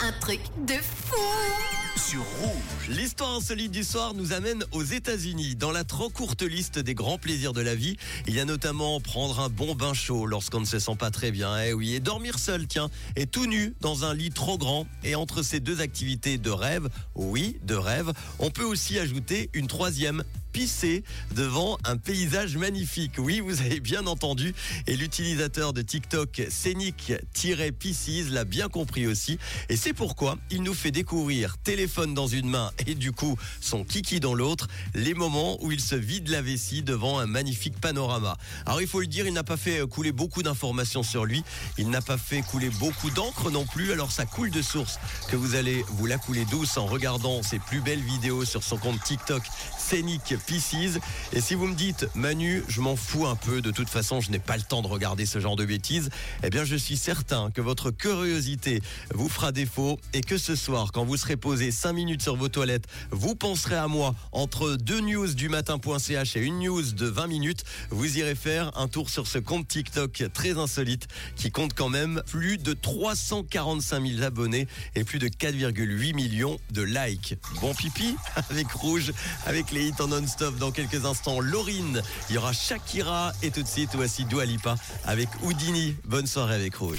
Un truc de fou. Sur Rouge. L'histoire insolite du soir nous amène aux États-Unis. Dans la trop courte liste des grands plaisirs de la vie, il y a notamment prendre un bon bain chaud lorsqu'on ne se sent pas très bien. Eh oui, et dormir seul, tiens, et tout nu dans un lit trop grand. Et entre ces deux activités de rêve, oui, de rêve, on peut aussi ajouter une troisième. Pisser devant un paysage magnifique. Oui, vous avez bien entendu. Et l'utilisateur de TikTok, Scenic-Pisces, l'a bien compris aussi. Et c'est pourquoi il nous fait découvrir, téléphone dans une main et du coup son kiki dans l'autre, les moments où il se vide la vessie devant un magnifique panorama. Alors il faut le dire, il n'a pas fait couler beaucoup d'informations sur lui. Il n'a pas fait couler beaucoup d'encre non plus. Alors ça coule de source que vous allez vous la couler douce en regardant ses plus belles vidéos sur son compte TikTok, Scenic-Pisces. Et si vous me dites, Manu, je m'en fous un peu, de toute façon, je n'ai pas le temps de regarder ce genre de bêtises, eh bien, je suis certain que votre curiosité vous fera défaut et que ce soir, quand vous serez posé 5 minutes sur vos toilettes, vous penserez à moi entre 2 news du matin.ch et une news de 20 minutes. Vous irez faire un tour sur ce compte TikTok très insolite qui compte quand même plus de 345 000 abonnés et plus de 4,8 millions de likes. Bon pipi avec Rouge, avec les hits en non-stop dans quelques instants. Laurine, il y aura Shakira et tout de suite voici Dua Lipa avec Houdini. Bonne soirée avec Rouge.